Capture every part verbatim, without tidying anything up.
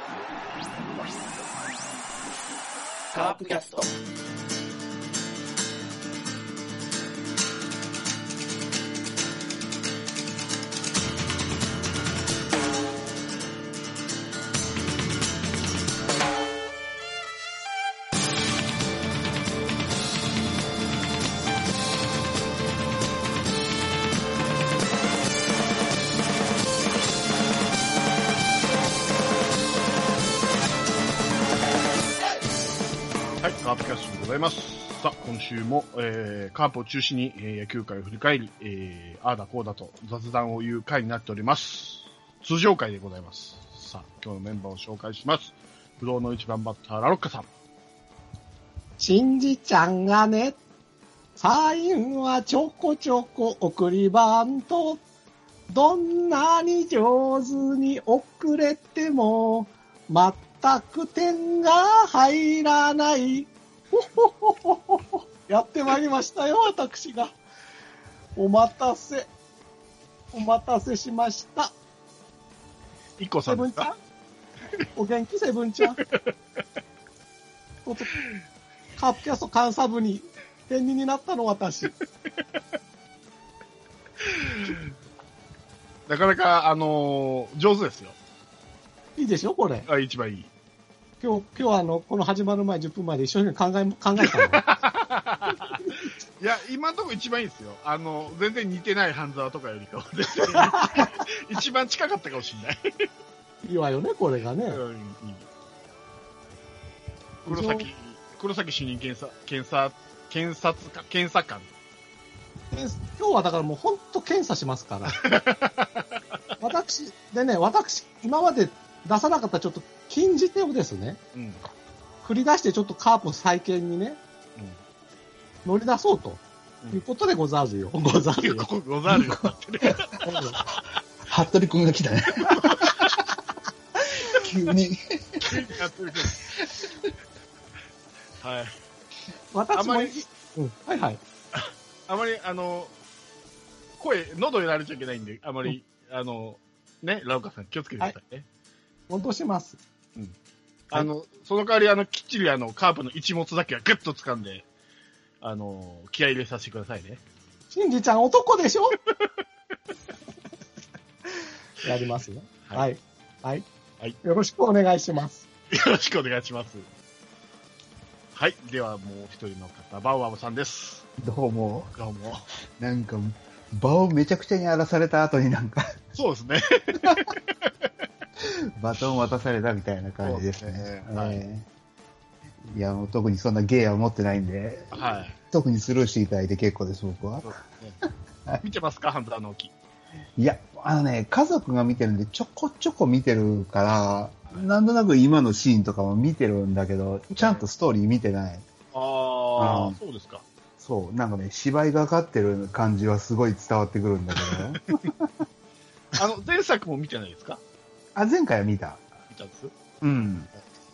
カープキャスト。 カープキャストでございます。さあ、今週も、えー、カープを中心に、えー、野球界を振り返り、えー、ああだこうだと雑談を言う回になっております。通常回でございます。さあ、今日のメンバーを紹介します。不動の一番バッター、ラロッカさん。 しんじちゃんがね、サインはちょこちょこ送りバント。どんなに上手に送れても、全く点が入らない。ほほほほほやってまいりましたよ、私が。お待たせ。お待たせしました。 いっこさんですか？ セブンちゃんお元気、セブンちゃん。カープキャスト監査部に天人になったの、私。 なかなか、あのー、上手ですよ。 いいでしょ、これ。 あ、一番いい。 今日、今日はあの、この始まる前じゅっぷんまで一緒に考え、考えたの。 いや、今のところ一番いいですよ。あの、全然似てない半沢とかよりかは、一番近かったかもしれない。 いいわよね、これがね。 うん、いい。黒崎、黒崎主任検査、検査、検察官、検査官。 今日はだからもう本当検査しますから。私、でね、私、今まで出さなかったちょっと禁じ手をですね、うん、繰り出してちょっとカープ再建にね、うん、乗り出そうと、うん、いうことでござるよ。ござるよ。 ござるよ。 服部くんが来たね。急に。 はい。 私も、うん、はいはい。 あまり、あの、声、喉やられちゃいけないんで、あまり、うん、あの、ね、ラオカさん気をつけてくださいね。 戻します。 うん。あの、はい、その代わり、あの、きっちりあの、カープの一物だけはグッと掴んで、あの、気合い入れさせてくださいね。 しんじちゃん男でしょやりますよ。はい。はい。はい。よろしくお願いします。 よろしくお願いします。はい。では、もう一人の方、バウアーさんです。 どうも。 どうも。 なんか、場をめちゃくちゃに荒らされた後になんかそうですね。 バトン渡されたみたいな感じですね。ですね、はい、えー。いや、もう特にそんな芸は持ってないんで、はい、特にスルーしていただいて結構です、僕は。そうですね、見てますか、ハンターの木。 いや、あのね、家族が見てるんで、ちょこちょこ見てるから、はい、なんとなく今のシーンとかも見てるんだけど、ちゃんとストーリー見てない。 ああ、うん、そうですか。 そう、なんかね、芝居がかってる感じはすごい伝わってくるんだけど。 あの、前作も見てないですか？ あ、前回は見た。 見たんです？ うん。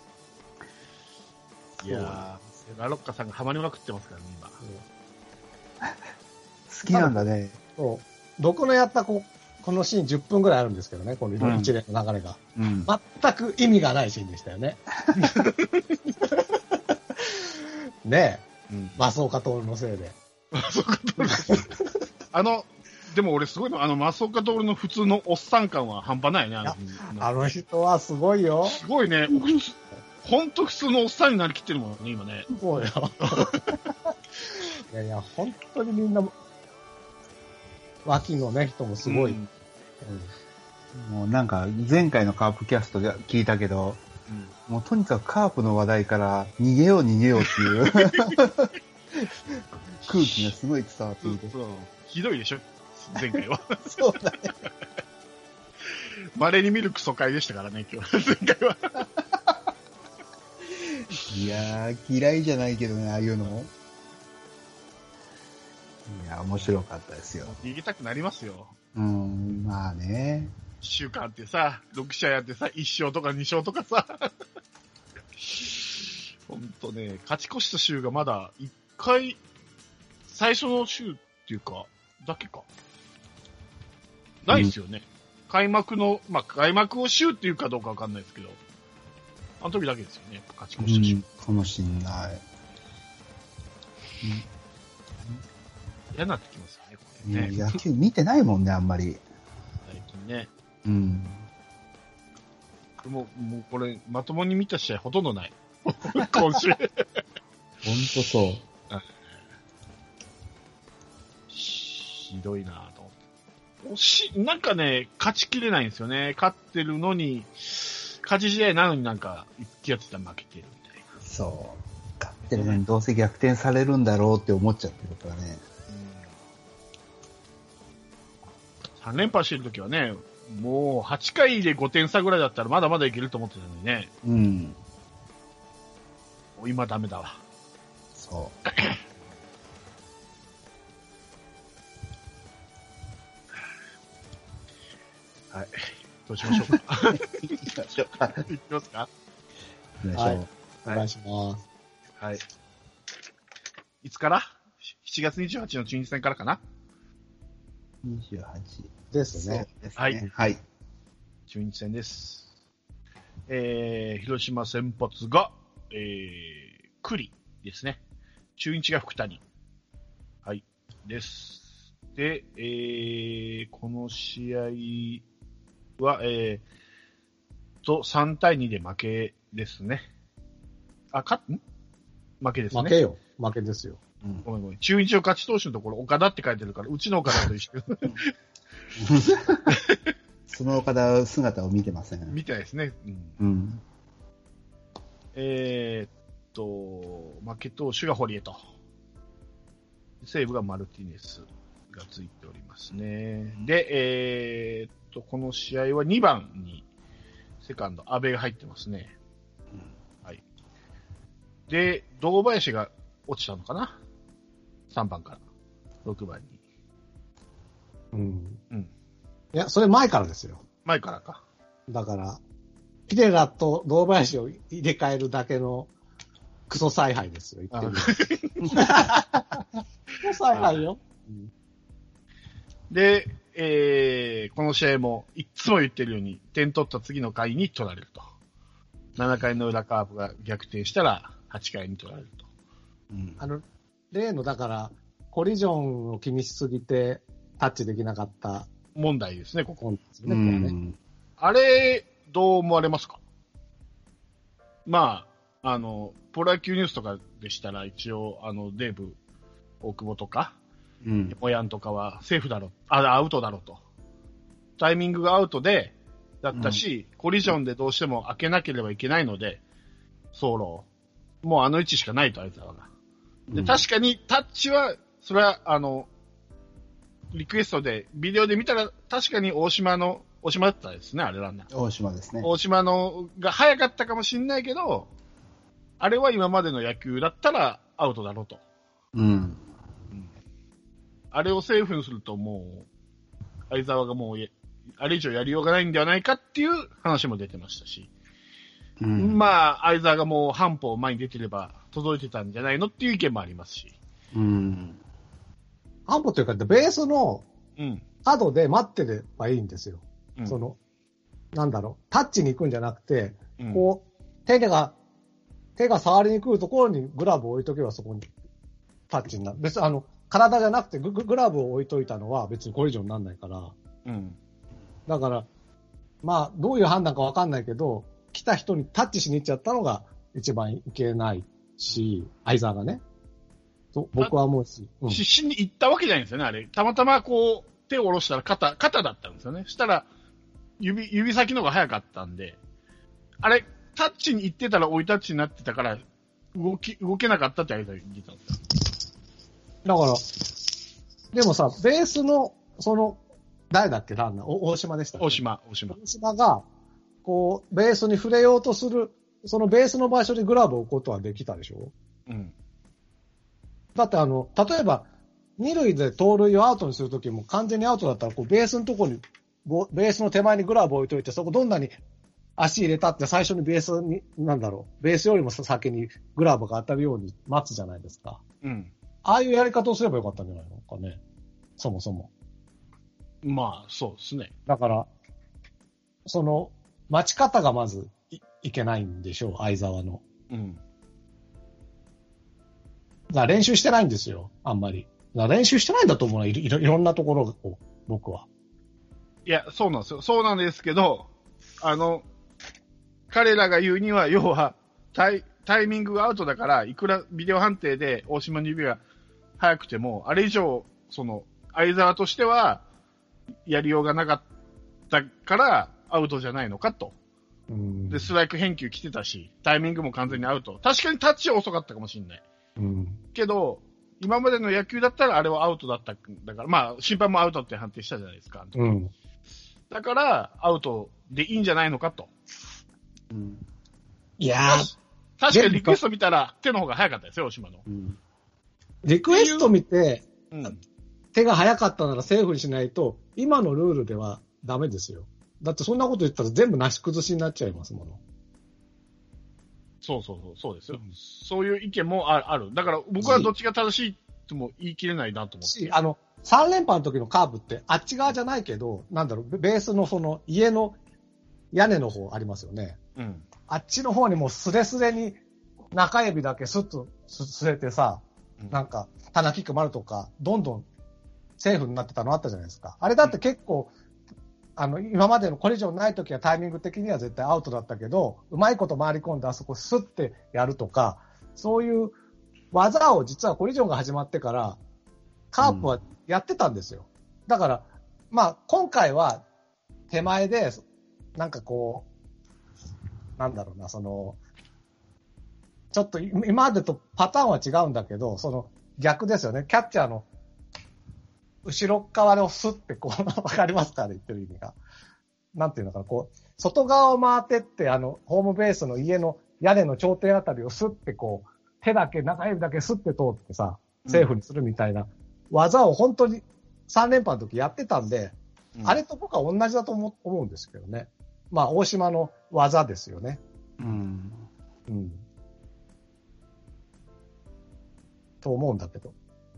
いやー、ラロッカさんがハマりまくってますからね、今。 好きなんだね。 そう。僕のやったここのシーンじゅっぷんぐらいあるんですけどね、この一連の流れが、うん。全く意味がないシーンでしたよね。ねえ。うん、増岡徹のせいで。 増岡徹あの、でも俺すごいの、あの、増岡徹の普通のおっさん感は半端ないね。あの, あの人はすごいよ。 すごいね。ほんと普通のおっさんになりきってるもんね、今ね。 そうよ。いやいや、本当にみんな、脇のね、人もすごい。うんうん、もうなんか、前回のカープキャストで聞いたけど、うん、もうとにかくカープの話題から逃げよう逃げようっていう空気がすごい伝わっていて。 そうそうひどいでしょ前回は。 そうだね。 稀に見るクソ回でしたからね、今日。前回は。 いやー、嫌いじゃないけどね、ああいうのも。いや、面白かったですよ。 逃げたくなりますよ。 うん、まあね。 いっしゅうかんあってさ、ろくしあいやってさ、いっ勝とかに勝とかさ。ほんとね、勝ち越した週がまだいっかい、最初の週っていうか、だけか。ないですよね。うん、開幕の、まあ、開幕を週っていうかどうかわかんないですけど。 あの時だけですよね、勝ちう越した瞬ん、かもしんない。 嫌になってきますよね、こうんれね。 野球見てないもんね、あんまり。 最近ね。 うん。 でも、もうこれ、まともに見た試合ほとんどない。今週。 ほんとそう。 ひどいなぁと思って。惜しい、なんかね、勝ちきれないんですよね。勝ってるのに、勝ち試合なのになんか、気がついたら負けてるみたいな。 そう。勝ってるのにどうせ逆転されるんだろうって思っちゃってるからね。 うん、さん連覇してるときはね、もうはちかいでごてん差ぐらいだったらまだまだいけると思ってたのにね。 うん。 もう今ダメだわ。 そはい。どうしましょうか。 う。行きましょうか。 いきますか。 行きましょう。 はいお願いします。 はい。いつから ?しち 月にじゅうはちの中日戦からかな。 にじゅうはち。 ですね。 ですね。 はいはい。 中日戦です。えー、広島先発が、えー、栗ですね。中日が福谷。はい。です。で、えー、この試合は、えー、と、さんたいにで負けですね。あ、か、ん負けですね。 負けよ。負けですよ。 うんごめんごめん。中日の勝ち投手のところ、岡田って書いてるから、うちの岡田と一緒。 その岡田姿を見てません。 みたいですね。うん、 うん。 えーっと、負け投手が堀江と。西武がマルティネスがついておりますね。で、えーっと、この試合はにばんにセカンド、阿部が入ってますね。はい。で、堂林が落ちたのかな ?さん 番からろくばんに。 うん。 うん。 いや、それ前からですよ。 前からか。 だから、ピレラと堂林を入れ替えるだけのクソ采配ですよ、言ってみる。クソ采配よ。 で、えー、この試合もいつも言ってるように点取った次の回に取られると。ななかいの裏カープが逆転したらはちかいに取られると。 うんあの、例の、だから、コリジョンを気にしすぎてタッチできなかった問題ですね、ここ。 コンですうね、これね。 ん。 あれ、どう思われますか？まあ、あの、プロ野球ニュースとかでしたら一応、あの、デーブ、大久保とか、 うん。 モヤンとかはセーフだろ、あ、アウトだろと。タイミングがアウトで、だったし、うん、コリジョンでどうしても開けなければいけないので、走路、もうあの位置しかないと、相沢が。で、確かにタッチは、それは、あの、リクエストで、ビデオで見たら、確かに大島の、大島だったですね、あれランナー。 大島ですね。 大島のが早かったかもしれないけど、あれは今までの野球だったらアウトだろうと。 うん。うん、 あれをセーフにするともう、相沢がもう、あれ以上やりようがないんではないかっていう話も出てましたし。うん、まあ、相沢がもう半歩前に出てれば届いてたんじゃないのっていう意見もありますし。 うん。 半歩というか、ベースの角で待ってればいいんですよ。うん、その、なんだろう、タッチに行くんじゃなくて、うん、こう、手が、手が触りに来るところにグラブを置いとけばそこにタッチになる。別にあの、体じゃなくてググラブを置いといたのは別にコリジョンにならないから。うん。だから、まあ、どういう判断かわかんないけど、来た人にタッチしに行っちゃったのが一番いけないし、相沢がね。と僕は思うし。 うん、失神に行ったわけじゃないんですよね、あれ。たまたまこう、手を下ろしたら肩、肩だったんですよね。したら、指、指先の方が早かったんで、あれ、タッチに行ってたら追いタッチになってたから、動き、動けなかったって相沢言ってたんですよ。 だから、でもさ、ベースの、その、誰だっけ、ランナー、大島でしたっけ？ 大島、大島。 大島が、こう、ベースに触れようとする、そのベースの場所にグラブを置くことはできたでしょ？うん。だってあの、例えば、二塁で盗塁をアウトにするときも完全にアウトだったら、こう、ベースのところに、ベースの手前にグラブを置いといて、そこどんなに足入れたって最初にベースに、なんだろう、ベースよりも先にグラブが当たるように待つじゃないですか。うん。ああいうやり方をすればよかったんじゃないのかね。そもそも。 まあ、そうですね。 だから、その、待ち方がまず、 いけないんでしょう、相沢の。 うん。 だから練習してないんですよ、あんまり。だから練習してないんだと思うの、いろいろいろんなところを、僕は。 いや、そうなんですよ。そうなんですけど、あの、彼らが言うには、要は、タイ、タイミングがアウトだから、いくらビデオ判定で大島の指が速くても、あれ以上、その、相沢としては、やりようがなかったから、アウトじゃないのかと。 うんで、ストライク返球来てたし、タイミングも完全にアウト。確かにタッチは遅かったかもしれない。 うん、 けど、今までの野球だったらあれはアウトだったんだから、まあ、審判もアウトって判定したじゃないですか。 うん、 だから、アウトでいいんじゃないのかと。 うん、 いやー、 確かにリクエスト見たら手の方が早かったですよ、大島の。 うん、 リクエスト見て、 うん、 手が早かったならセーフにしないと、今のルールではダメですよ。だってそんなこと言ったら全部なし崩しになっちゃいますもの。 そうそうそう、そうですよ。うん、そういう意見もある。だから僕はどっちが正しいとも言い切れないなと思って。 あの、さん連覇の時のカーブってあっち側じゃないけど、なんだろう、ベースのその家の屋根の方ありますよね。 うん。 あっちの方にもうスレスレに中指だけスッとすれてさ、うん、なんか、棚キック丸とか、どんどんセーフになってたのあったじゃないですか。あれだって結構、うん、あの、今までのコリジョンない時はタイミング的には絶対アウトだったけど、うまいこと回り込んであそこスッてやるとか、そういう技を実はコリジョンが始まってから、カープはやってたんですよ。うん、だから、まあ、今回は手前で、なんかこう、なんだろうな、その、ちょっと今までとパターンは違うんだけど、その逆ですよね。キャッチャーの後ろ側をスッてこう、わかりますかね、言ってる意味が。なんていうのかな、こう、外側を回ってって、あの、ホームベースの家の屋根の頂点あたりをスッてこう、手だけ、中指だけスッて通ってさ、セーフにするみたいな技を本当にさん連覇の時やってたんで、うん、あれと僕は同じだと思うんですけどね。まあ、大島の技ですよね。 うん。 うん。と思うんだけど。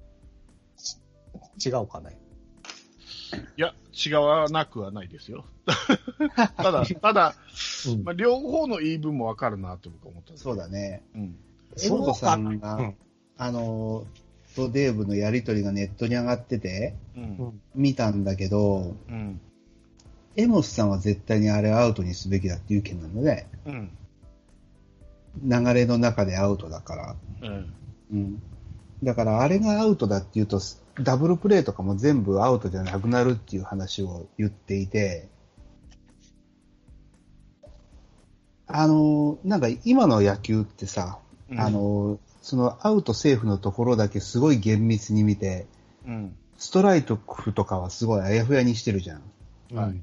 違うかね。 いや、違わなくはないですよ。ただ、ただ、うん、まあ、両方の言い分もわかるなと僕は思った。 そうだね。 うん。 エモトさんが、うん、あの、とデーブのやりとりがネットに上がってて、うん、見たんだけど、うん、エモスさんは絶対にあれアウトにすべきだっていう意見なので、うん、流れの中でアウトだから、うんうん、だからあれがアウトだっていうとダブルプレーとかも全部アウトじゃなくなるっていう話を言っていて、あのなんか今の野球ってさ、うん、あのそのアウトセーフのところだけすごい厳密に見て、うん、ストライクとかはすごいあやふやにしてるじゃん。はい、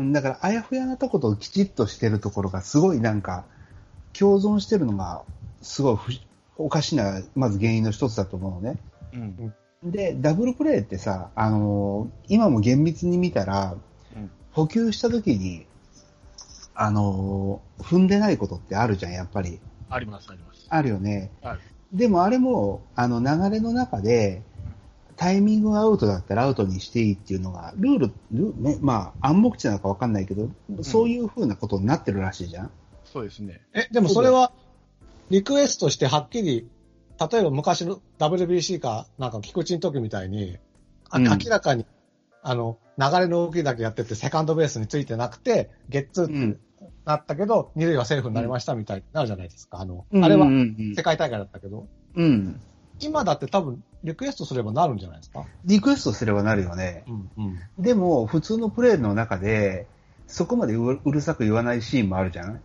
だからあやふやなところときちっとしてるところがすごいなんか共存してるのがすごい不おかしなまず原因の一つだと思うのね。うん、でダブルプレーってさ、あのー、今も厳密に見たら、うん、補給した時にあのー、踏んでないことってあるじゃんやっぱり。 ありますあります。 あるよね。 ある。 でもあれもあの流れの中でタイミングがアウトだったらアウトにしていいっていうのがルール、ルールね、まあ暗黙知なのかわかんないけど、うん、そういう風なことになってるらしいじゃん。 そうですね。 え、でもそれはリクエストしてはっきり、例えば昔の ダブリュービーシー かなんか菊池の時みたいに、うん、明らかにあの流れの動きだけやっててセカンドベースについてなくてゲッツーってなったけど、うん、二塁はセーフになりましたみたいになるじゃないですか。あの、うん、あれは世界大会だったけど、うん、今だって多分リクエストすればなるんじゃないですか。 リクエストすればなるよね。うんうん、でも普通のプレーの中でそこまでうるさく言わないシーンもあるじゃん。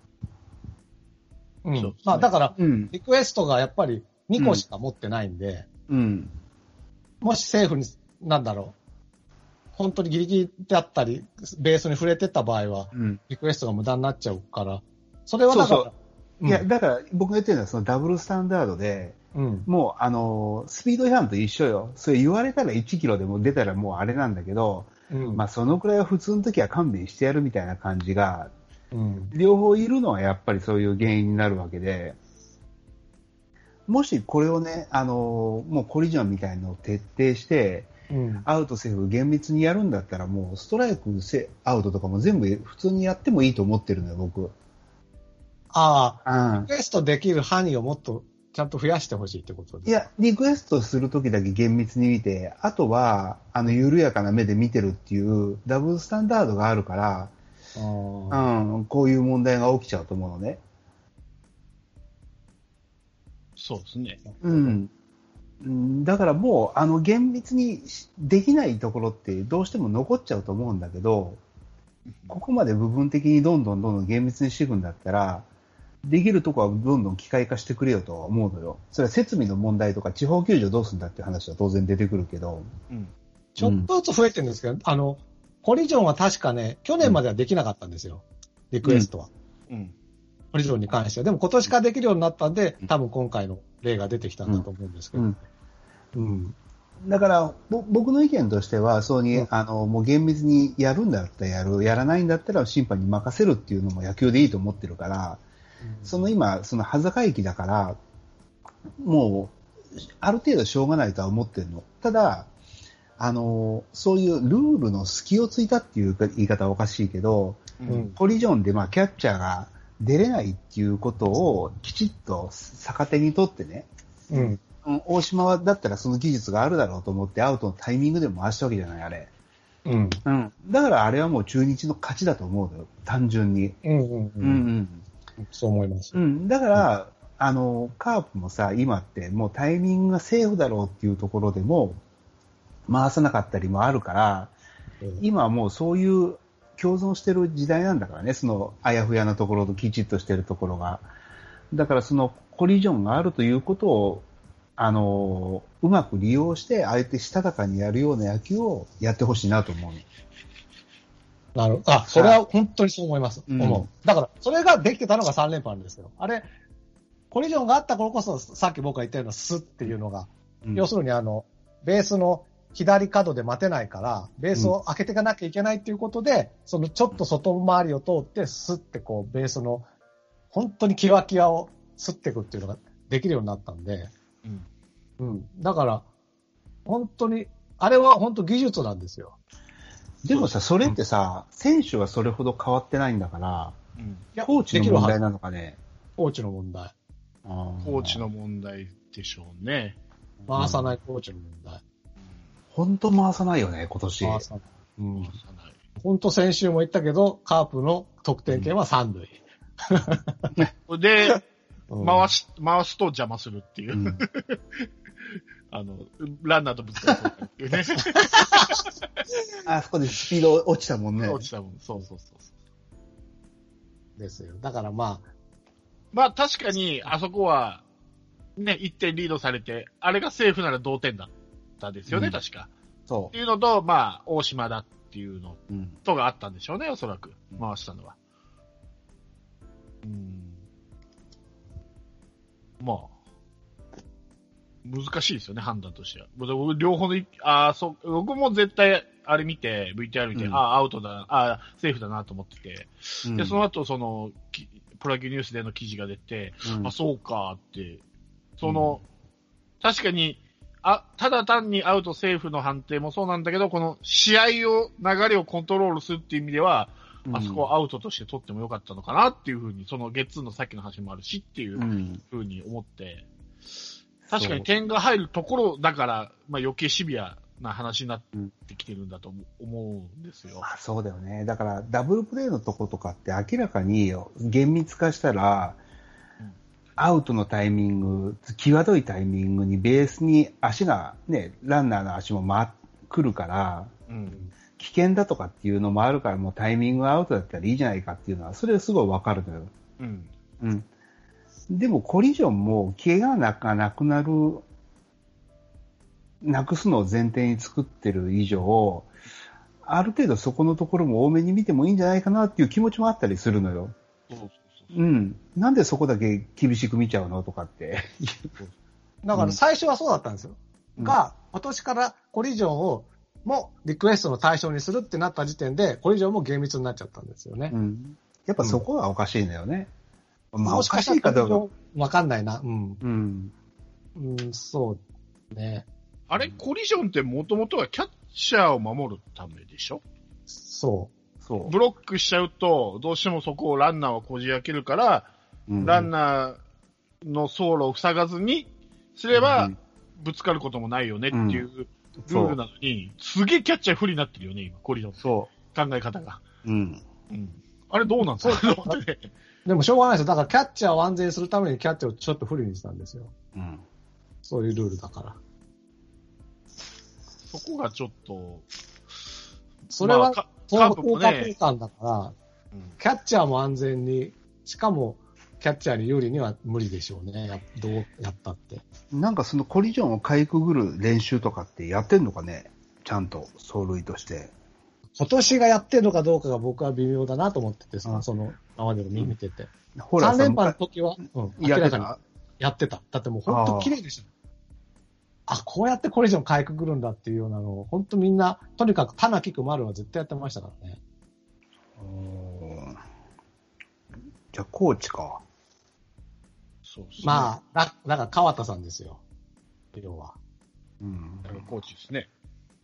うん。まあだから、うん、リクエストがやっぱりにこしか持ってないんで、うん、もしセーフに、なんだろう、本当にギリギリだったり、ベースに触れてた場合は、うん、リクエストが無駄になっちゃうから、それはだから、そうそううん、いや、だから僕が言ってるのはそのダブルスタンダードで、うん、もうあの、スピード違反と一緒よ。それ言われたらいちキロでも出たらもうあれなんだけど、うん、まあそのくらいは普通の時は勘弁してやるみたいな感じが、うん、両方いるのはやっぱりそういう原因になるわけで、もしこれをね、あのもうコリジョンみたいなのを徹底して、うん、アウトセーフ厳密にやるんだったらもうストライクアウトとかも全部普通にやってもいいと思ってるのよ僕。 ああ、 うんリクエストできる範囲をもっとちゃんと増やしてほしいってことですか？ いや、リクエストするときだけ厳密に見て、あとは、あの、緩やかな目で見てるっていうダブルスタンダードがあるから、 あうーん、こういう問題が起きちゃうと思うのね。 そうですね。 うん。うんだからもう、あの、厳密にできないところってどうしても残っちゃうと思うんだけど、ここまで部分的にどんどんどんどん厳密にしていくんだったら、できるとこはどんどん機械化してくれよとは思うのよ。それは設備の問題とか地方球場どうするんだっていう話は当然出てくるけど。 うん。 ちょっとずつ増えてるんですけど、あの、コリジョンは確かね、去年まではできなかったんですよ。リクエストは。 うん。 コリジョンに関しては。でも今年からできるようになったんで、多分今回の例が出てきたんだと思うんですけど。 うん。 うん。 だから、ぼ僕の意見としては、そうに、 うんあの、もう厳密にやるんだったらやる、やらないんだったら審判に任せるっていうのも野球でいいと思ってるから、その今、その端境期だから、もう、ある程度しょうがないとは思ってるの。ただ、あの、そういうルールの隙をついたっていう言い方はおかしいけど、 ううんん。 コリジョンでまあキャッチャーが出れないっていうことをきちっと逆手にとってね、 うん。 うん大島はだったらその技術があるだろうと思ってアウトのタイミングでも回したわけじゃない、あれ。 うん。 うん。だからあれはもう中日の勝ちだと思うのよ、単純に。 うん。うん。 ううん。 んそう思います。 うん。うん。だから、あの、カープもさ、今ってもうタイミングがセーフだろうっていうところでも回さなかったりもあるから、 うん今はもうそういう共存してる時代なんだからね、そのあやふやなところときちっとしてるところが。だからそのコリジョンがあるということを、あの、うまく利用して、あえてしたたかにやるような野球をやってほしいなと思うの。 なるあ、それは本当にそう思います。 うん思う。だから、それができてたのがさん連覇なんですよ。あれ、コリジョンがあった頃こそ、さっき僕が言ったようなスっていうのが、 うん要するにあの、ベースの左角で待てないから、ベースを開けていかなきゃいけないっていうことで、そのちょっと外回りを通って、スってこう、ベースの、本当にキワキワをスっていくっていうのができるようになったんで、 うん。 うん。だから、本当に、あれは本当技術なんですよ。 でもさ、それってさ、選手はそれほど変わってないんだから、 うん。 いやコーチできるはずの問題なのかね。 コーチの問題。 ココーチの問題でしょうね。 回さないコーチの問題。 本当回さないよね、今年。 回さない。うん。 回さない。 本当先週も言ったけど、カープの得点圏は三塁。 で、 うん回し、回すと邪魔するっていう。 うんあの、ランナーとぶつかるっていうね。 あそこでスピード落ちたもんね。 落ちたもん。そうそうそうそう。 ですよ。だからまあ、 まあ確かに、あそこは、ね、いってんリードされて、あれがセーフなら同点だったですよね、 うん確か。 そっていうのと、まあ、大島だっていうのう。うん。 とがあったんでしょうね、おそらく。回したのは。うん。まあ、難しいですよね、判断としては。僕両方のい、ああ、そう、僕も絶対、あれ見て、ブイティーアール 見て、 うんああ、アウトだ、ああ、セーフだなと思ってて、 うんで、その後、その、きプロ野球ニュースでの記事が出て、 うんあ、そうかって、その、確かに、あ、ただ単にアウトセーフの判定もそうなんだけど、この試合を、流れをコントロールするっていう意味では、 うんあそこはアウトとして取ってもよかったのかなっていうふうに、そのゲッツーのさっきの話もあるしっていううん。 ふうに思って、確かに点が入るところだから、まあ余計シビアな話になってきてるんだと思思うんですよ。 あそうだよね。だから、ダブルプレーのとことかって明らかに厳密化したら、 うんアウトのタイミング、際どいタイミングにベースに足が、ね、ランナーの足も回ってくるから、 うん。 危険だとかっていうのもあるから、もうタイミングがアウトだったらいいじゃないかっていうのは、それはすごいわかるのよ。 うん。 うん。でも、コリジョンも、怪我がなくなる、なくすのを前提に作ってる以上、ある程度そこのところも多めに見てもいいんじゃないかなっていう気持ちもあったりするのよ。 そうそうそう。 うん。なんでそこだけ厳しく見ちゃうのとかって。 だから最初はそうだったんですよ。 うんが、今年からコリジョンをもリクエストの対象にするってなった時点で、コリジョンも厳密になっちゃったんですよね。 うん。やっぱそこはおかしいんだよね。まあ、おもしかしかしたらいかどうか。 わかんないな。うん。 うん。 うん、そうね。 あれ、コリジョンってもともとはキャッチャーを守るためでしょ？ そそう。 ブロックしちゃうと、どうしてもそこをランナーをこじ開けるから、 うん、 ランナーの走路を塞がずにすれば、ぶつかることもないよねっていうルールなのに、すげえキャッチャー不利になってるよね、今、コリの考え方が。 うん。 うん。あれどうなんですか？ でもしょうがないですよ。だからキャッチャーを安全にするためにキャッチャーをちょっと不利にしたんですよ。 うん。 そういうルールだから。 そこがちょっと、 それは、 まあ、 効果交換だから、うん、キャッチャーも安全に、しかも、キャッチャーに有利には無理でしょうね。やどうやったって。 なんかそのコリジョンをかいくぐる練習とかってやってんのかね？ちゃんと、走塁として。 今年がやってるのかどうかが僕は微妙だなと思ってて、その、その、今までの見てて。うん、ほらさん連覇の時は、うん、明らかにやってた。だってもう本当綺麗でした。あ, あ、こうやってコリジョンかいくぐるんだっていうようなのを、本当みんな、とにかく田木く丸は絶対やってましたからね。 じゃあ、コーチか。 そうですね。まあ、だ、だから川田さんですよ。要は。 うん。だからコーチですね。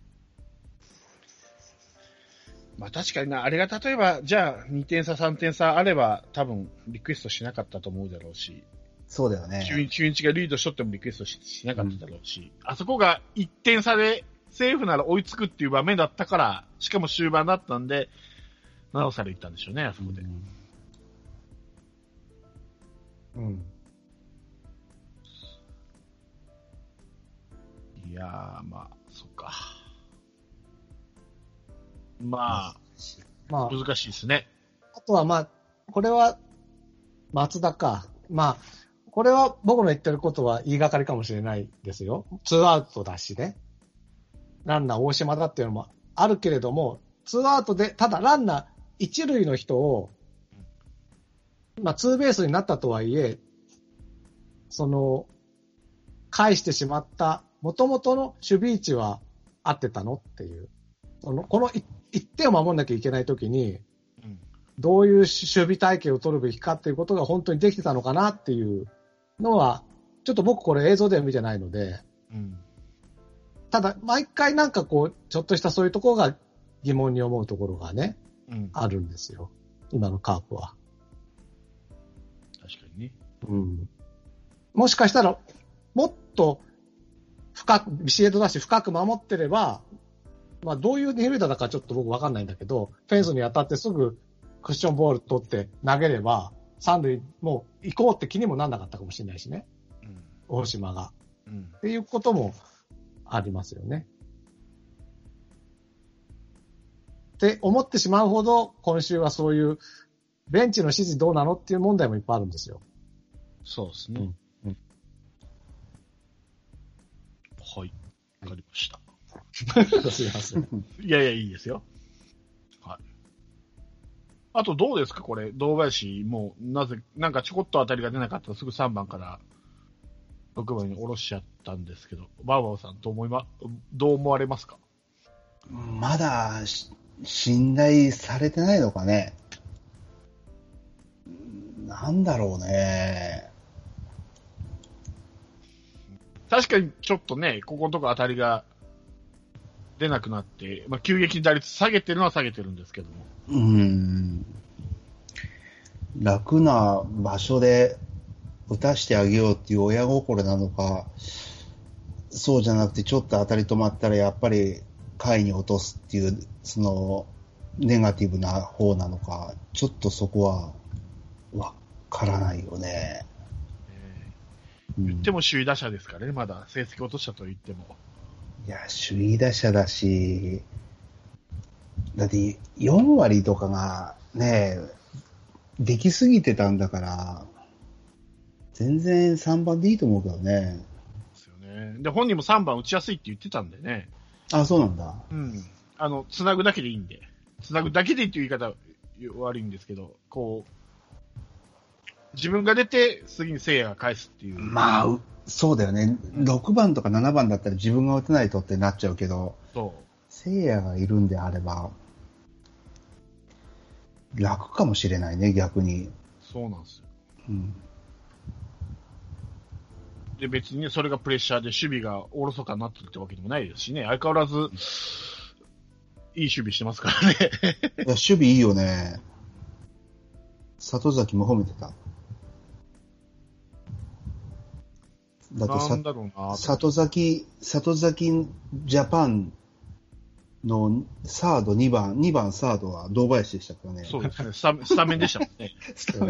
まあ確かにな、あれが例えば、じゃあにてん差さんてん差あれば多分リクエストしなかったと思うだろうし。 そうだよね。 中日、中日がリードしとってもリクエスト し, しなかっただろうし、うん、あそこがいってん差でセーフなら追いつくっていう場面だったから、しかも終盤だったんで、なおさら行ったんでしょうね、あそこで。 うん。うん、 いやー、まあ、そっか。まあ、まあ、難しいですね。 あとはまあ、これは、松田か。まあ、これは僕の言ってることは言いがかりかもしれないですよ。ツーアウトだしね。ランナー大島だっていうのもあるけれども、ツーアウトで、ただランナー一塁の人を、まあ、ツーベースになったとはいえ、その、返してしまった、元々の守備位置は合ってたのっていう。そのこのいってんを守んなきゃいけないときに、うん、どういう守備体系を取るべきかっていうことが本当にできてたのかなっていうのは、ちょっと僕これ映像では見てないので、うん、ただ毎回なんかこう、ちょっとしたそういうところが疑問に思うところがね、うん、あるんですよ。今のカープは。 確かにね。 うん。もしかしたら、もっと深く、ビシエドだし深く守ってれば、まあどういう二塁打だかちょっと僕わかんないんだけど、フェンスに当たってすぐクッションボール取って投げれば、三塁もう行こうって気にもなんなかったかもしれないしね。うん、大島が、うん。っていうこともありますよね。って思ってしまうほど、今週はそういうベンチの指示どうなのっていう問題もいっぱいあるんですよ。 そうですね。うんうん、はい。わかりました。 すいません。 いやいや、いいですよ。はい。あとどうですかこれ、堂林、もう、なぜ、なんかちょこっと当たりが出なかったらすぐさんばんからろくばんに下ろしちゃったんですけど、バウバウさんどう思いま、どう思われますか？ まだ、信頼されてないのかね。なんだろうね。 確かにちょっとね、ここのとこ当たりが出なくなって、まあ、急激に打率下げてるのは下げてるんですけども。 うーん。楽な場所で打たしてあげようっていう親心なのか、そうじゃなくてちょっと当たり止まったらやっぱり下位に落とすっていう、その、ネガティブな方なのか、ちょっとそこはわからないよね。 えー、言っても首位打者ですからね、まだ成績落としたと言っても。 いや、首位打者だし、だってよん割とかがね、できすぎてたんだから、全然さんばんでいいと思うけどね。 ですよね。で、本人もさんばん打ちやすいって言ってたんでね。 あ、そうなんだ。 うん。あの、つなぐだけでいいんで。つなぐだけでいいっていう言い方は悪いんですけど、こう、自分が出て、次に聖夜が返すっていう。 まあ、そうだよね。ろくばんとかななばんだったら自分が打てないとってなっちゃうけど、 そう。 聖夜がいるんであれば、楽かもしれないね、逆に。 そうなんですよ。 うん。 で、別にね、それがプレッシャーで守備がおろそかになってるってわけでもないですしね、相変わらず、いい守備してますからね。 いや、守備いいよね。里崎も褒めてた。 だとさなんだろうな。 里崎、里崎ジャパンのサードにばん、にばんサードは堂林でしたからね。 そうですね。スタスタメンでしたもんね。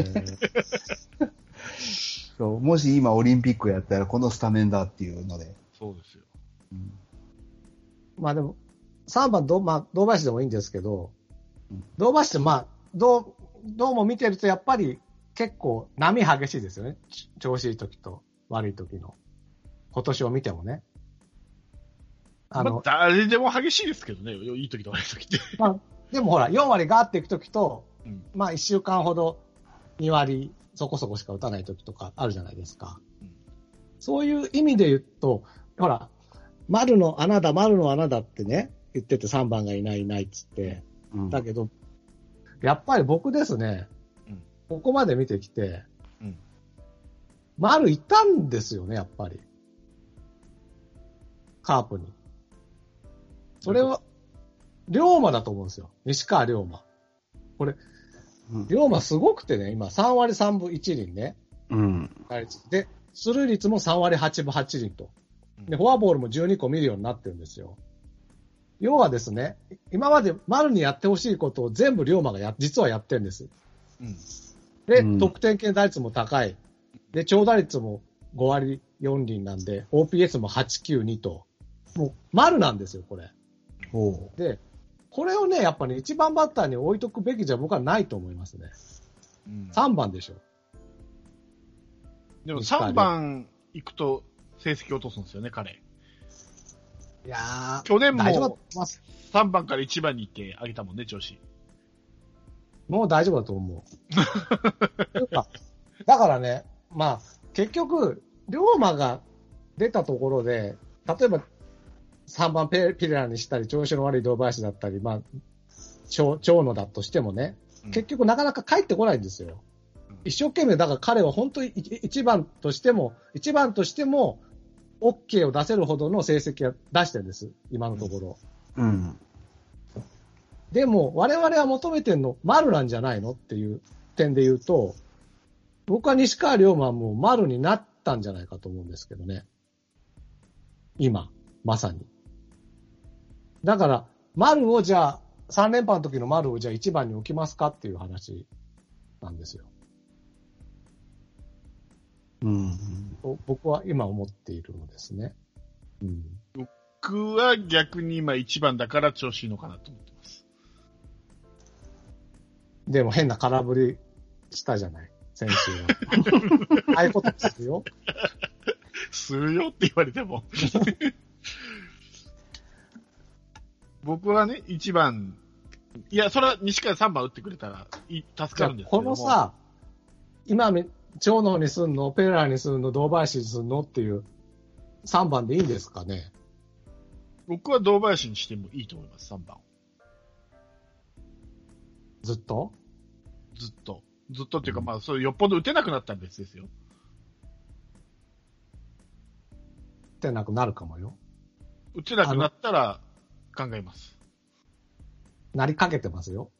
そうもし今オリンピックやったらこのスタメンだっていうので。 そうですよ。 うん、 まあでも、さんばんど、まあ、堂林でもいいんですけど、 うん、 堂林ってまあ、どう、どうも見てるとやっぱり結構波激しいですよね。調子いい時と悪い時の。今年を見てもね。 あの、まあ、誰でも激しいですけどね。いい時と悪い時って。 まあ、でもほら、よん割ガーっていく時と、 うん、 まあいっしゅうかんほどに割そこそこしか打たない時とかあるじゃないですか。うん、そういう意味で言うと、ほら、丸の穴だ、丸の穴だってね、言っててさんばんがいないいないっつって。うん、だけど、やっぱり僕ですね、うん、ここまで見てきて、うん、丸いたんですよね、やっぱり。カープに。それは、龍馬だと思うんですよ。西川龍馬。これ、うん、龍馬すごくてね、今さん割さんぶいち厘ね。うん。で、出塁率もさん割はちぶはち厘と。で、フォアボールもじゅうにこ見るようになってるんですよ。要はですね、今まで丸にやってほしいことを全部龍馬がや、実はやってるんです。うん、で、うん、得点圏打率も高い。で、長打率もご割よん厘なんで、オーピーエス もはちきゅうにと。もう、丸なんですよ、これ。おで、これをね、やっぱり、ね、一番バッターに置いとくべきじゃ僕はないと思いますね。うん、さんばんでしょ。 でもさんばん行くと成績落とすんですよね、彼。 いやー、 去年もさんばんからいちばんに行ってあげたもんね、調子。 もう大丈夫だと思う。だからね、まあ、結局、龍馬が出たところで、例えばさんばんペピレラにしたり、調子の悪い堂林だったり、まあ、長野だとしてもね、うん、結局なかなか帰ってこないんですよ。うん、一生懸命、だから彼は本当にいちばんとしても、いちばんとしても、OK を出せるほどの成績は出してるんです、今のところ。うん。でも、我々は求めてるの、丸なんじゃないのっていう点で言うと、僕は西川龍馬はもう丸になったんじゃないかと思うんですけどね。今、まさに。だから、丸をじゃあ、さん連覇の時の丸をじゃあいちばんに置きますかっていう話なんですよ。うん、僕は今思っているのですね。うん、 僕は逆に今いちばんだから調子いいのかなと思ってます。 でも変な空振りしたじゃない、先週は。ああいうことするよ。 するよって言われても。僕はね、いちばん、いや、それは西川さんばん打ってくれたら助かるんですけども。 このさ、今、長野にすんの、ペレラにすんの、堂林にすんのっていうさんばんでいいんですかね。 僕は堂林にしてもいいと思います、さんばん。 ずっとずっと。ずっとっていうか、うん、まあ、そうよっぽど打てなくなったら別ですよ。 打てなくなるかもよ。 打てなくなったら考えます。 なりかけてますよ。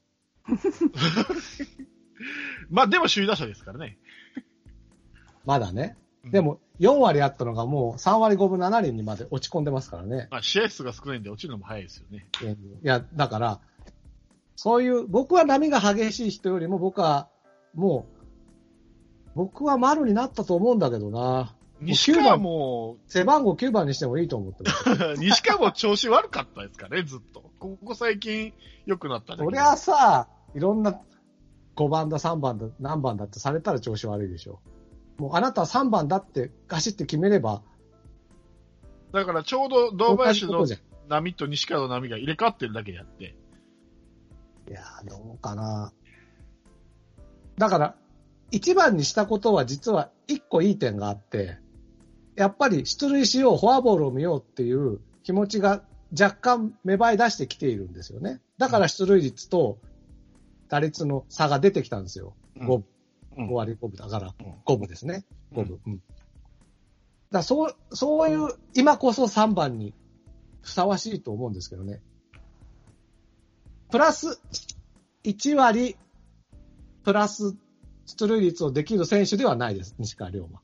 まあでも首位打者ですからね。まだね。でもよん割あったのがもうさん割ごぶなな厘にまで落ち込んでますからね。 まあ試合数が少ないんで落ちるのも早いですよね。 いや、だから、そういう、僕は波が激しい人よりも僕はもう、僕は丸になったと思うんだけどな。 西川も、 背番号きゅうばんにしてもいいと思ってます。 西川も調子悪かったですかね、ずっと。ここ最近良くなったね。 そりゃさ、いろんなごばんださんばんだ何番だってされたら調子悪いでしょ。もうあなたはさんばんだってガシって決めれば。 だからちょうど堂林の波と西川の波が入れ替わってるだけであって。 いやー、どうかな。だから、いちばんにしたことは実はいっこいい点があって、やっぱり出塁しよう、フォアボールを見ようっていう気持ちが若干芽生え出してきているんですよね。だから出塁率と打率の差が出てきたんですよ。うん、ごぶ。ご割ごぶだからごぶですね。ごぶ。うん。だからそう、そういう、今こそさんばんにふさわしいと思うんですけどね。プラスいち割、プラス出塁率をできる選手ではないです、西川龍馬。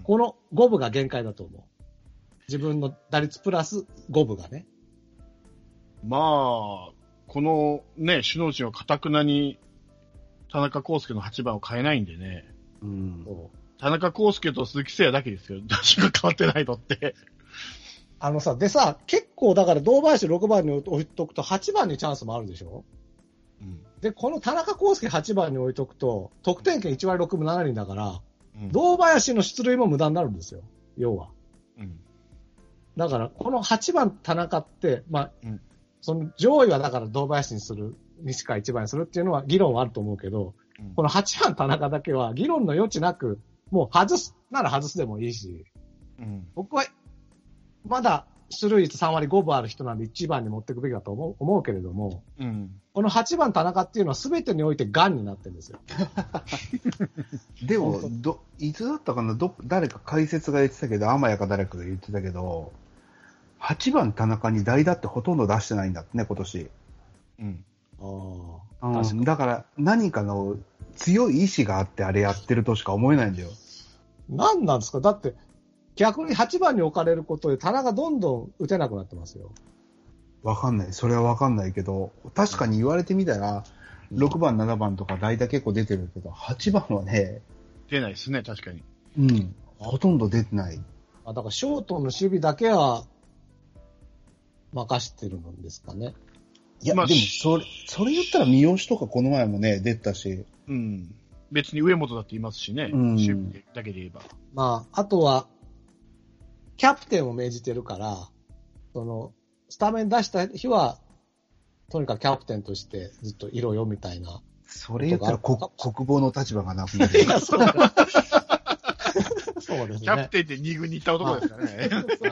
このごぶが限界だと思う。自分の打率プラスごぶがね。 まあ、このね、首脳陣は堅くなに田中康介のはちばんを変えないんでね。 うん。 田中康介と鈴木誠也だけですよ。打順が変わってないのって。 あのさ、でさ、結構だから堂林ろくばんに置いとくとはちばんにチャンスもあるでしょ。うん、で、この田中康介はちばんに置いとくと、得点圏いちわりろくぶななりんだから、うん、堂林の出塁も無駄になるんですよ。要は。うん、だから、このはちばん田中って、まあ、うん、その上位はだから堂林にする、西川いちばんにするっていうのは議論はあると思うけど、うん、このはちばん田中だけは議論の余地なく、もう外すなら外すでもいいし、うん、僕は、まだ出塁率さんわりごぶある人なんでいちばんに持っていくべきだと思う、思うけれども、うん、このはちばん田中っていうのは全てにおいてガンになってるんですよ。 でも、ど、いつだったかな、ど、誰か解説が言ってたけど、天谷か誰かが言ってたけど、はちばん田中に代打ってほとんど出してないんだってね、今年。うん。ああ、うん。だから、何かの強い意志があってあれやってるとしか思えないんだよ。 何なんですか？だって、逆にはちばんに置かれることで田中どんどん打てなくなってますよ。 わかんない。それはわかんないけど、確かに言われてみたら、ろくばん、ななばんとか代打結構出てるけど、はちばんはね、 出ないですね、確かに。 うん。ほとんど出てない。 あ、だからショートの守備だけは任してるんですかね。 いや、まあ、でも、それ、それ言ったら三好とかこの前もね、出たし。 うん。別に上本だって言いますしね。うん。守備だけで言えば。 まあ、あとは、キャプテンを命じてるから、その、スタメン出した日は、とにかくキャプテンとしてずっといろよみたいな。 それ言ったら国防の立場がなくなる。いや、そうだ。 そうですね。 キャプテンってに軍に行った男ですからね。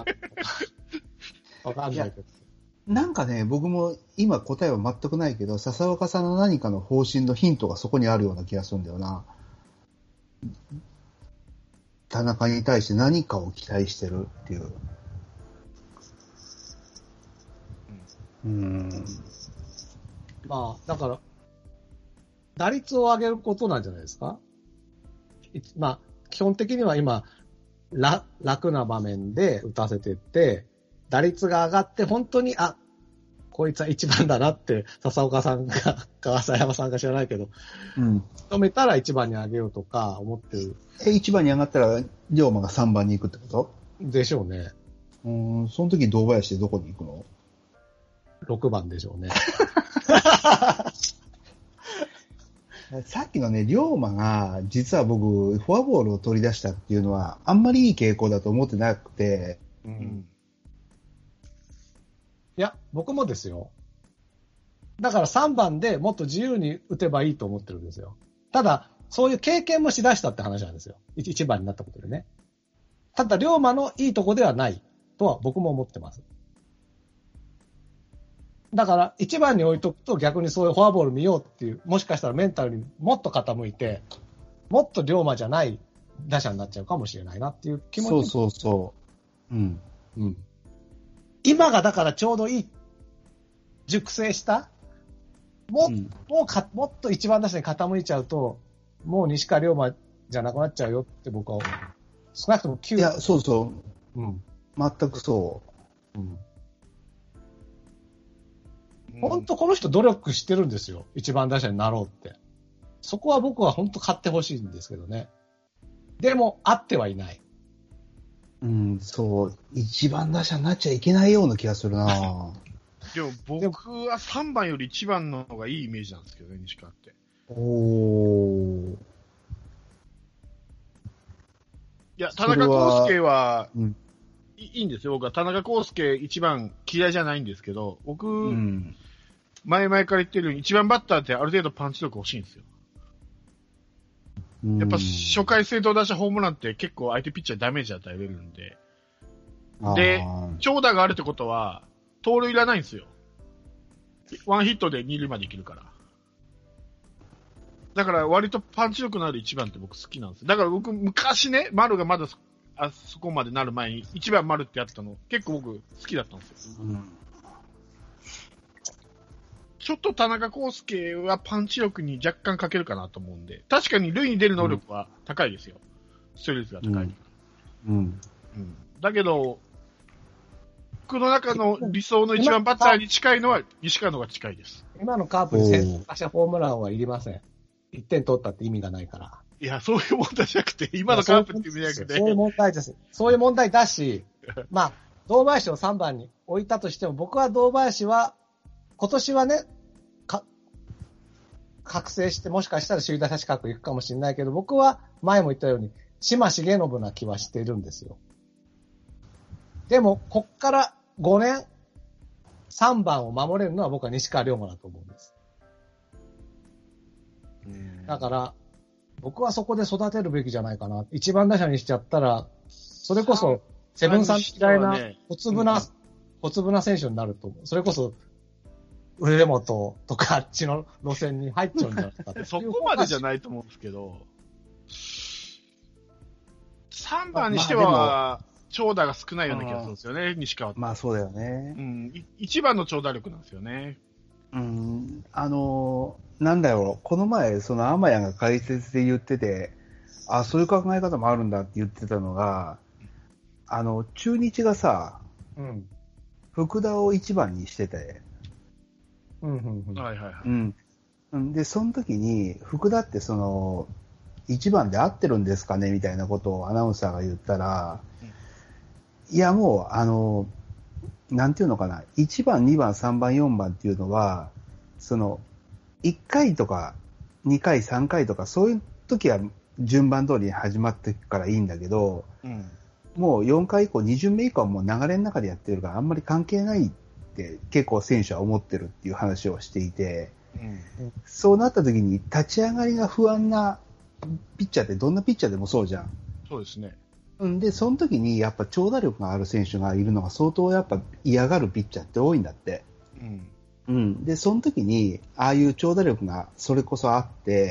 わかんないけど。 なんかね、僕も今答えは全くないけど、笹岡さんの何かの方針のヒントがそこにあるような気がするんだよな。田中に対して何かを期待してるっていう。 うん。まあ、だから、打率を上げることなんじゃないですか？まあ、基本的には今、楽、楽な場面で打たせてって、打率が上がって本当に、あ、こいつは一番だなって、笹岡さんが、川佐山さんが知らないけど、うん。止めたら一番に上げようとか思ってる。 え、一番に上がったら、龍馬が三番に行くってことでしょうね。 うん、その時堂林でどこに行くの？ 六番でしょうね。 さっきのね、龍馬が、実は僕、フォアボールを取り出したっていうのは、あんまりいい傾向だと思ってなくて、うん、 いや、僕もですよ。だからさんばんでもっと自由に打てばいいと思ってるんですよ。ただ、そういう経験もしだしたって話なんですよ。いちばんになったことでね。ただ、龍馬のいいとこではないとは僕も思ってます。だから、いちばんに置いとくと逆にそういうフォアボール見ようっていう、もしかしたらメンタルにもっと傾いて、もっと龍馬じゃない打者になっちゃうかもしれないなっていう気持ち。 そうそうそう。うん。うん。 今がだからちょうどいい、熟成した、も、うん、もうか、もっと一番打者に傾いちゃうと、もう西川龍馬じゃなくなっちゃうよって僕は、少なくともきゅう。 いや、そうそう。うん。全くそう。うん。 本当この人努力してるんですよ。一番打者になろうって。そこは僕は本当買ってほしいんですけどね。でも、あってはいない。 うん、そう。一番打者になっちゃいけないような気がするなでも僕はさんばんよりいちばんの方がいいイメージなんですけどね、西川って。おー。いや、田中康介は、うん、いいんですよ。僕は田中康介一番嫌いじゃないんですけど、僕、うん、前々から言ってるように一番バッターってある程度パンチ力欲しいんですよ。うん、やっぱ初回先頭打者ホームランって結構相手ピッチャーダメージ与えれるんで。で、長打があるってことは、盗塁いらないんですよ。ワンヒットで二塁まで行けるから。だから割とパンチ力のある一番って僕好きなんです。だから僕昔ね、丸がまだあそこまでなる前に一番丸ってやったの結構僕好きだったんですよ。うん、ちょっと田中康介はパンチ力に若干欠けるかなと思うんで、確かに塁に出る能力は高いですよ。出塁率が高い。うん、 うん。 うん。だけど、僕の中の理想の一番バッターに近いのは西川の方が近いです。 今のカープに先打者ホームランはいりません。いってん取ったって意味がないから。 いや、そういう問題じゃなくて、今のカープって意味じゃなくて。 そういう問題です。そういう問題だし、まあ、堂林をさんばんに置いたとしても、僕は堂林は、今年はね、か、覚醒して、もしかしたら首位打者資格行くかもしれないけど、僕は前も言ったように、島重信な気はしているんですよ。でも、こっからごねん、さんばんを守れるのは僕は西川龍馬だと思うんです。だから、僕はそこで育てるべきじゃないかな。一番打者にしちゃったら、それこそ、セブンさん嫌いな小粒な、小粒な選手になると思う。それこそ、上本とかあっちの路線に入っちゃうんじゃないかって。 そこまでじゃないと思うんですけど、さんばんにしては、長打が少ないような気がするんですよね、西川って。 まあそうだよね。 うん。いちばんの長打力なんですよね。 うん。あのー、なんだろう、この前、その天谷が解説で言ってて、あ、そういう考え方もあるんだって言ってたのが、あの、中日がさ、うん、福田をいちばんにしてて、 うんうんうん、はいはいはい。 うん。で、その時に、福田ってその、いちばんで合ってるんですかねみたいなことをアナウンサーが言ったら、うん、いやもう、あの、なんていうのかな、いちばん、にばん、さんばん、よんばんっていうのは、その、いっかいとか、にかい、さんかいとか、そういう時は順番通りに始まってからいいんだけど、うん、もうよんかい以降、に巡目以降はもう流れの中でやってるからあんまり関係ないって結構選手は思ってるっていう話をしていて、うん、そうなった時に立ち上がりが不安なピッチャーってどんなピッチャーでもそうじゃん。 そうですね。 で、その時にやっぱ長打力がある選手がいるのが相当やっぱ嫌がるピッチャーって多いんだって。うんうん、で、その時に、ああいう長打力がそれこそあって、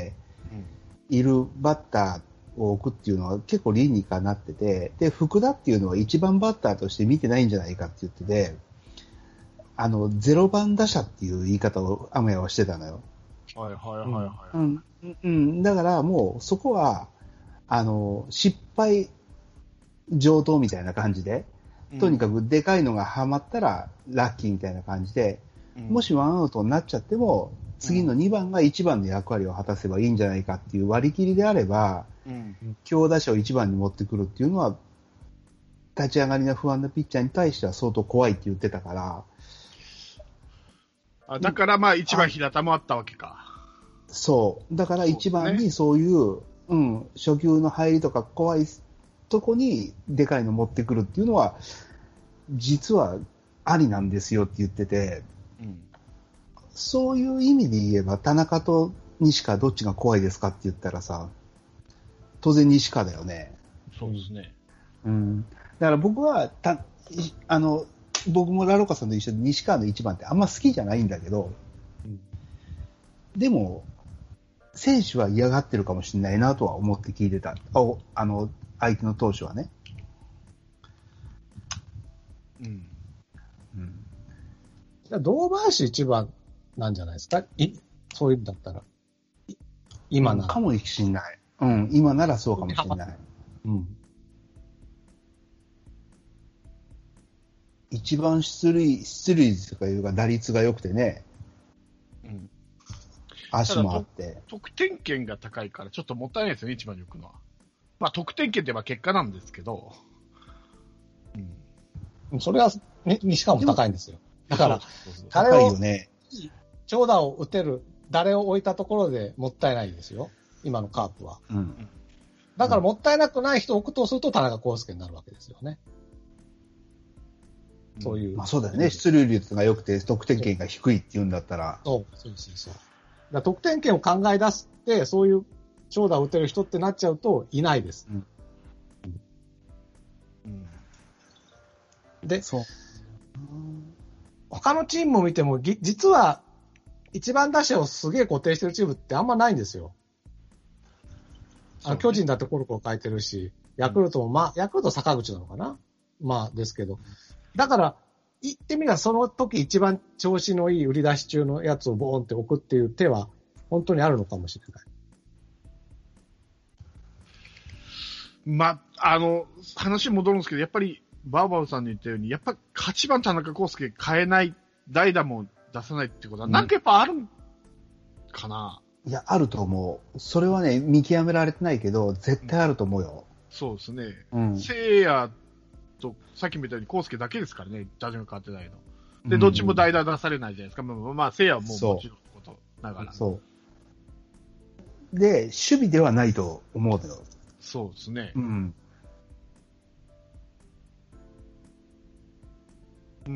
うん、いるバッターを置くっていうのは結構理にかなってて、で、福田っていうのは一番バッターとして見てないんじゃないかって言ってて、あの、ゼロばん打者っていう言い方をアメヤはしてたのよ。 はいはいはいはい。 うん。うん。だからもうそこは、あの、失敗上等みたいな感じで、とにかくでかいのがハマったらラッキーみたいな感じで、もしワンアウトになっちゃっても、次のにばんがいちばんの役割を果たせばいいんじゃないかっていう割り切りであれば、うん、強打者をいちばんに持ってくるっていうのは、立ち上がりの不安なピッチャーに対しては相当怖いって言ってたから。 あだからまあいちばん平田もあったわけか。 そう。だからいちばんにそういう、うね、うん、初球の入りとか怖いとこにでかいの持ってくるっていうのは、実はありなんですよって言ってて、うん、そういう意味で言えば、田中と西川どっちが怖いですかって言ったらさ、当然西川だよね。 そうですね。 うん。だから僕は、た、あの、僕もラロカさんと一緒で西川の一番ってあんま好きじゃないんだけど、うん、でも、選手は嫌がってるかもしれないなとは思って聞いてた。あ, あの、相手の投手はね。 うん。うん。堂林一番なんじゃないですかいそういうんだったら。今なら。 かもしれない。うん。今ならそうかもしれない。うん。一番出塁、出塁率とかいうか打率が良くてね。うん。足もあって。 得点圏が高いからちょっともったいないですよね、一番に置くのは。まあ得点圏って言えば結果なんですけど。 うん。それは、ね、西川も高いんですよ。だから、 高いよね。 長打を打てる、誰を置いたところでもったいないですよ。今のカープは。うん。だからもったいなくない人を置くとすると田中康介になるわけですよね。そういう。 まあそうだよね。出塁率が良くて得点圏が低いっていうんだったら。 そう、そうそうそう。だ得点圏を考え出して、そういう長打を打てる人ってなっちゃうといないです。うんうん、で、そう。他のチームを見ても、実は一番打者をすげえ固定してるチームってあんまないんですよ。あの巨人だってコロコロ変えてるし、ヤクルトもまあ、ヤクルト坂口なのかなまあですけど。だから、言ってみればその時一番調子のいい売り出し中のやつをボーンって置くっていう手は本当にあるのかもしれない。 ま、あの、話戻るんですけど、やっぱり、バーバウさんに言ったように、やっぱはちばん田中康介変えない、代打も出さないってことは、なんかやっぱあるんかな、 いや、あると思う。それはね、見極められてないけど、絶対あると思うよ。 そうですね。 うん。 聖夜と、さっきみたいに康介だけですからね、打順が変わってないの。で、どっちも代打出されないじゃないですか。まあ、まあ、聖夜はもうもちろんのことながら。 そう。で、守備ではないと思うのよ。 そうですね。 うん。 うん。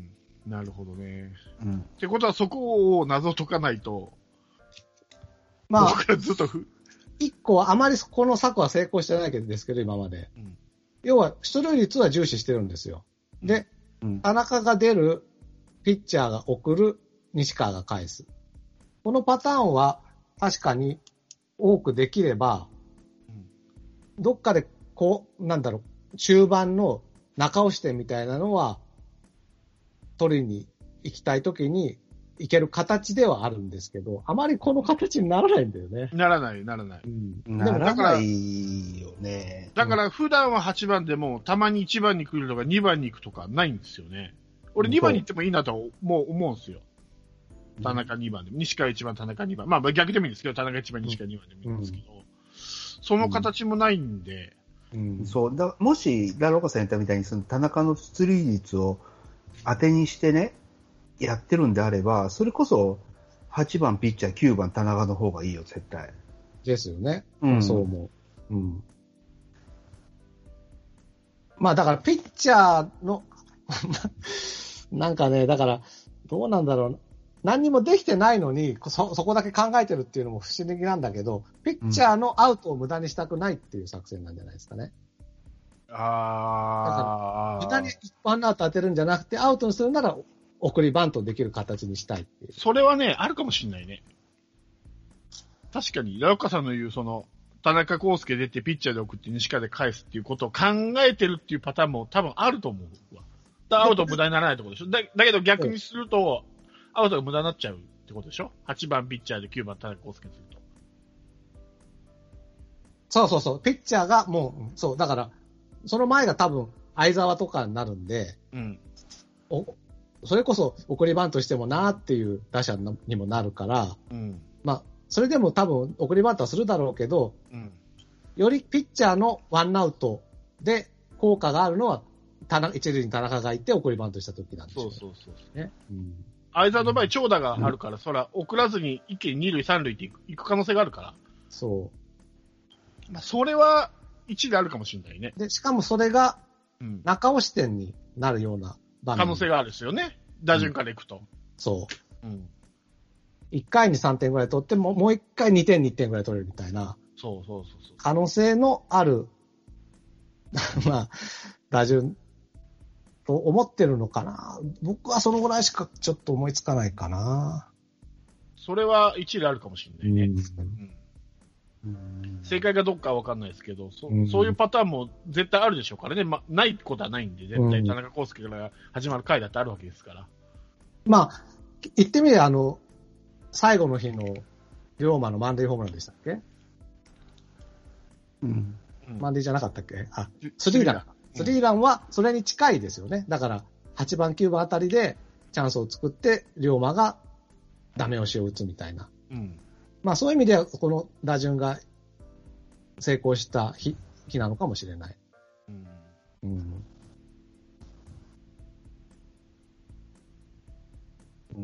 なるほどね。 うん。 ってことは、そこを謎解かないと、 まあ、 僕はずっとふ、 一個はあまりこの策は成功してないですけど、今まで。 うん、 要は、出塁率は重視してるんですよ。で、 うん、 田中が出る、ピッチャーが送る、西川が返す。このパターンは確かに多くできれば、うん、どっかでこう、なんだろう、中盤の中押し点みたいなのは、取りに行きたいときに行ける形ではあるんですけど、あまりこの形にならないんだよね。 ならない、ならない。 うん、 ならないよね。 だから普段ははちばんでも、たまにいちばんに来るとかにばんに行くとかないんですよね。俺にばんに行ってもいいなともう思うんですよ。田中にばんでも、西川いちばん、田中にばん。まあ逆でもいいんですけど、田中いちばん、西川にばんでもいいんですけど、うん、その形もないんで。 うんうん、そうだもし、ダローカさん言ったみたいに、その田中の出塁率を当てにしてね、やってるんであれば、それこそはちばんピッチャー、きゅうばん田中の方がいいよ、絶対。 ですよね。 うん、 そう思う。うん。まあだからピッチャーの、なんかね、だから、どうなんだろう。何にもできてないのに、そ、そこだけ考えてるっていうのも不思議なんだけど、ピッチャーのアウトを無駄にしたくないっていう作戦なんじゃないですかね。 ああ。 だから、無駄に一般アウト当てるんじゃなくて、アウトにするなら、送りバントできる形にしたいっていう。 それはね、あるかもしれないね。確かに、ラロッカさんの言う、その、田中康介出てピッチャーで送って西川で返すっていうことを考えてるっていうパターンも多分あると思うわ。アウト無駄にならないってことでしょ。だだけど逆にすると、アウトが無駄になっちゃうってことでしょ。はちばんピッチャーできゅうばん田中康介にすると。 そうそうそう。ピッチャーがもう、そう、だから、その前が多分、相沢とかになるんで、 うん。 おそれこそ送りバントしてもなーっていう打者にもなるから、 うん、まあ、それでも多分送りバントはするだろうけど、うん、よりピッチャーのワンアウトで効果があるのは、田中一塁に田中がいて送りバントした時なんですよ、ね。そうそうそう。ね。 うん、相沢の場合、長打があるから、うん、そら、送らずに一気に二塁三塁って行く行く可能性があるから。 そう。 まあ、それは一であるかもしれないね。 で、しかもそれが、中押し点になるような場面、 可能性があるですよね。打順からいくと。うん、 そう。うん。いっかいにさんてんぐらい取っても、もういっかいにてんにいってんぐらい取れるみたいな。 そうそうそうそう。 可能性のある、まあ、打順と思ってるのかな。僕はそのぐらいしかちょっと思いつかないかな。 それは一理あるかもしれないね。うんうん、正解かどうかは分かんないですけど、そ, うそういうパターンも絶対あるでしょうからね。まあ、ないことはないんで、絶対田中康介から始まる回だってあるわけですから。 まあ、言ってみれば、あの、最後の日の龍馬の満塁ホームランでしたっけ？うん。満塁じゃなかったっけ？あ、スリーラン。スリーランはそれに近いですよね。だから、はちばんきゅうばんあたりでチャンスを作って、龍馬がダメ押しを打つみたいな。うん。まあそういう意味では、この打順が成功した日、日なのかもしれない。うん。うんうん、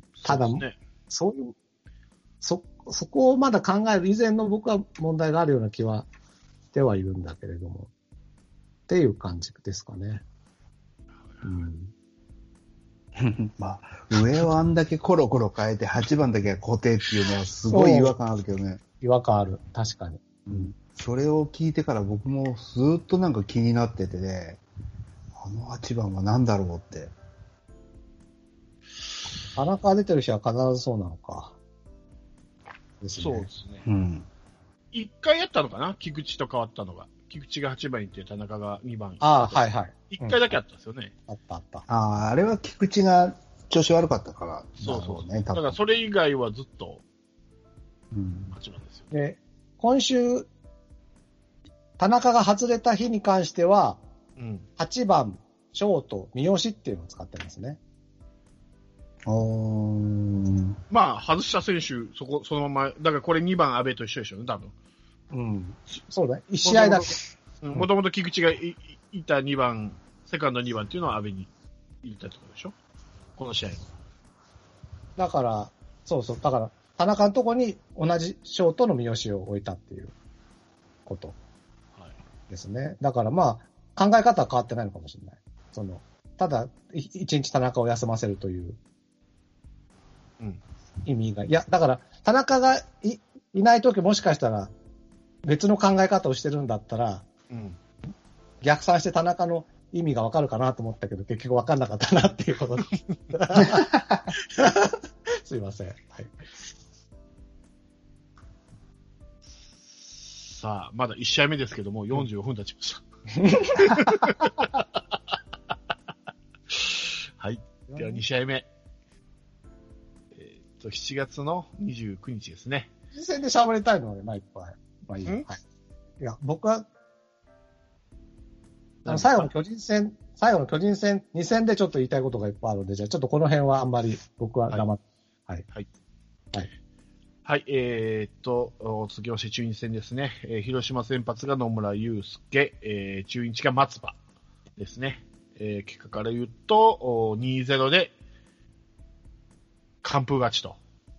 ただ、ね、そういう、そ、そこをまだ考える以前の僕は問題があるような気はしてはいるんだけれども、っていう感じですかね。うん、 まあ、上をあんだけコロコロ変えてはちばんだけが固定っていうのはすごい違和感あるけどね。 違和感ある。確かに。 うん。それを聞いてから僕もずっとなんか気になっててね、あのはちばんは何だろうって。 田中が出てる日は必ずそうなのか。 ですね、そうですね。 うん。 一回やったのかな、菊池と変わったのが。菊池がはちばんに行って田中がにばん。 ああ、はいはい。 一回だけあったんですよね。 うん、あったあった。 ああ、あれは菊池が調子悪かったから。 そうそうね。だからそれ以外はずっとはちばんですよ。 で、今週、 田中が外れた日に関しては、 うん。 はちばん、ショート、三好っていうのを使ってますね。 おー。 まあ、外した選手、そこ、そのまま、だからこれにばん安倍と一緒でしょうね、多分。 うん。そうだね。いち試合だけ。 もともと菊池が い, いたにばん、セカンドにばんっていうのは安倍に入れたってことでしょ、この試合。 だから、そうそう。だから、田中のとこに同じショートの三好を置いたっていうことですね。はい、だからまあ、考え方は変わってないのかもしれない。その、ただ、一日田中を休ませるという意味が。うん、いや、だから、田中が い, いないときもしかしたら別の考え方をしてるんだったら、うん、逆算して田中の意味がわかるかなと思ったけど、結局わかんなかったなっていうことです。すいません。はい。 さあ、まだいち試合目ですけども、よんじゅうごふん経ちました。はい。ではに試合目。えっと、しちがつのにじゅうくにちですね。 実戦で喋りたいので、まあ、いっぱい。まあいい。はい。いや、僕は、あの、最後の巨人戦、最後の巨人戦、に戦でちょっと言いたいことがいっぱいあるので、じゃあちょっとこの辺はあんまり僕は黙って、はい。はい。 はい。はい、えー、っと、次は中日戦ですね。えー、広島先発が野村祐介、えー、中日が松葉ですね。えー、結果から言うと、にたいゼロで、完封勝ちと。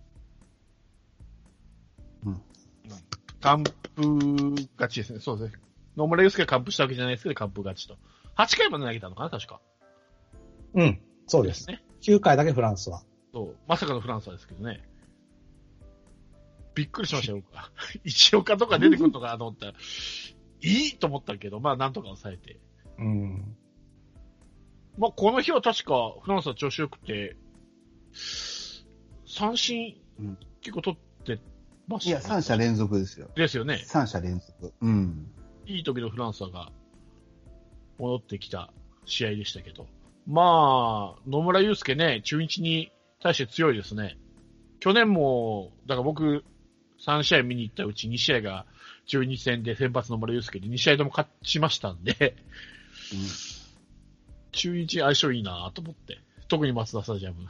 うん。完封勝ちですね。そうですね。野村祐介が完封したわけじゃないですけど、完封勝ちと。はちかいまで投げたのかな、確か。 うん、そうですね。きゅうかいだけフランスは。 そう。まさかのフランスはですけどね。びっくりしましたよ、僕は。一岡とか出てくるのかなと思ったら、いいと思ったけど、まあなんとか抑えて。うん。まあこの日は確かフランスは調子良くて、三振、うん、結構取ってました、ね。 いや、三者連続ですよ。 ですよね。 三者連続。うん。 いい時のフランスが戻ってきた試合でしたけど。まあ、野村祐介ね、中日に対して強いですね。去年も、だから僕、さん試合見に行ったうちに試合が中日戦で先発の野村祐介でに試合とも勝ちましたんで、うん、中日相性いいなと思って。特にマツダスタジアム。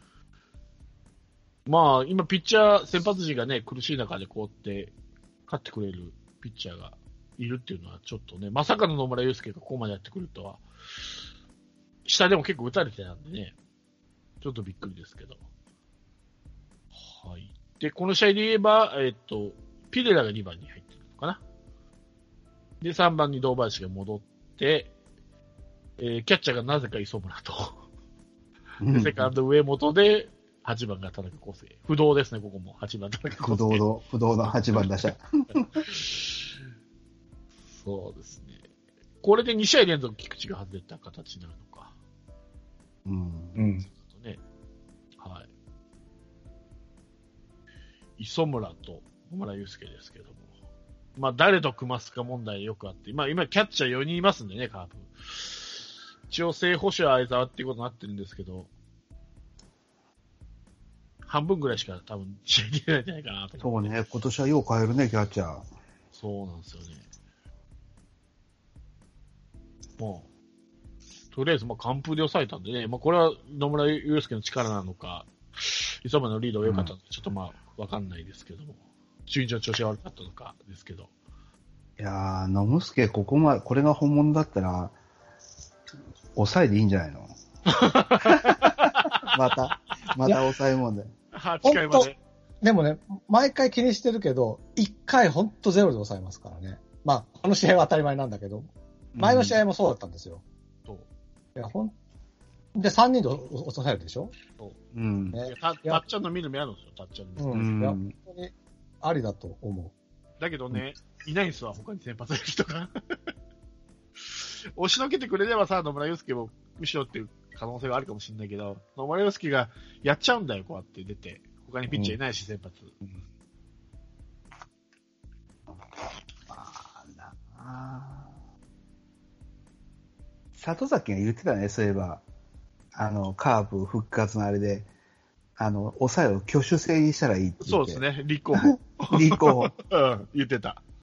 まあ、今ピッチャー、先発陣がね、苦しい中でこうやって勝ってくれるピッチャーがいるっていうのはちょっとね、まさかの野村祐介がここまでやってくるとは、下でも結構打たれてたんでね、ちょっとびっくりですけど。はい。で、この試合で言えば、えっと、ピレラがにばんに入ってるのかな。で、さんばんに堂林が戻って、えー、キャッチャーがなぜか磯村と。で、セカンド上本で、はちばんが田中康生。不動ですね、ここも。はちばん田中康生。 不動の、不動のはちばん打者。 そうですね。これでに試合連続菊池が外れた形になるのか。うん。うん。ね。はい。磯村と野村祐介ですけども。まあ、誰と組ますか問題よくあって。まあ、今、キャッチャーよにんいますんでね、カープ。一応、正捕手は相沢っていうことになってるんですけど、半分ぐらいしか多分試合に出ないんじゃないかなと思って。そうね、今年はよう変えるね、キャッチャー。 そうなんですよね。もう、とりあえず、まあ、完封で抑えたんでね、まあ、これは野村祐介の力なのか、磯村のリードが良かったのか、うん、ちょっとまあ、わかんないですけども、中日の調子が悪かったのかですけど。 いやー、野村助、ここまで、これが本物だったら、抑えでいいんじゃないのまた、また抑えもんで。 はちかいまで。 でもね、毎回気にしてるけど、いっかいほんとゼロで抑えますからね。まあ、この試合は当たり前なんだけど、前の試合もそうだったんですよ。そう。いや、ほん、で、さんにんで抑えるでしょ？そう。 うん。ね、た、たっちゃんの見る目あるんですよ、たっちゃんの。 うん。いや、本当に、ありだと思う。 だけどね、うん、いないんですわ、他に先発する人が。押しのけてくれればさ、野村祐介も後ろっていう可能性があるかもしれないけど、野村祐介がやっちゃうんだよ、こうやって出て。他にピッチャーいないし、うん、先発。うん、 まあなあ。里崎が言ってたね、そういえば。あの、カープ復活のあれで、あの、抑えを挙手制にしたらいいって言って。 そうですね、立候補。 立候補。 うん、言ってた。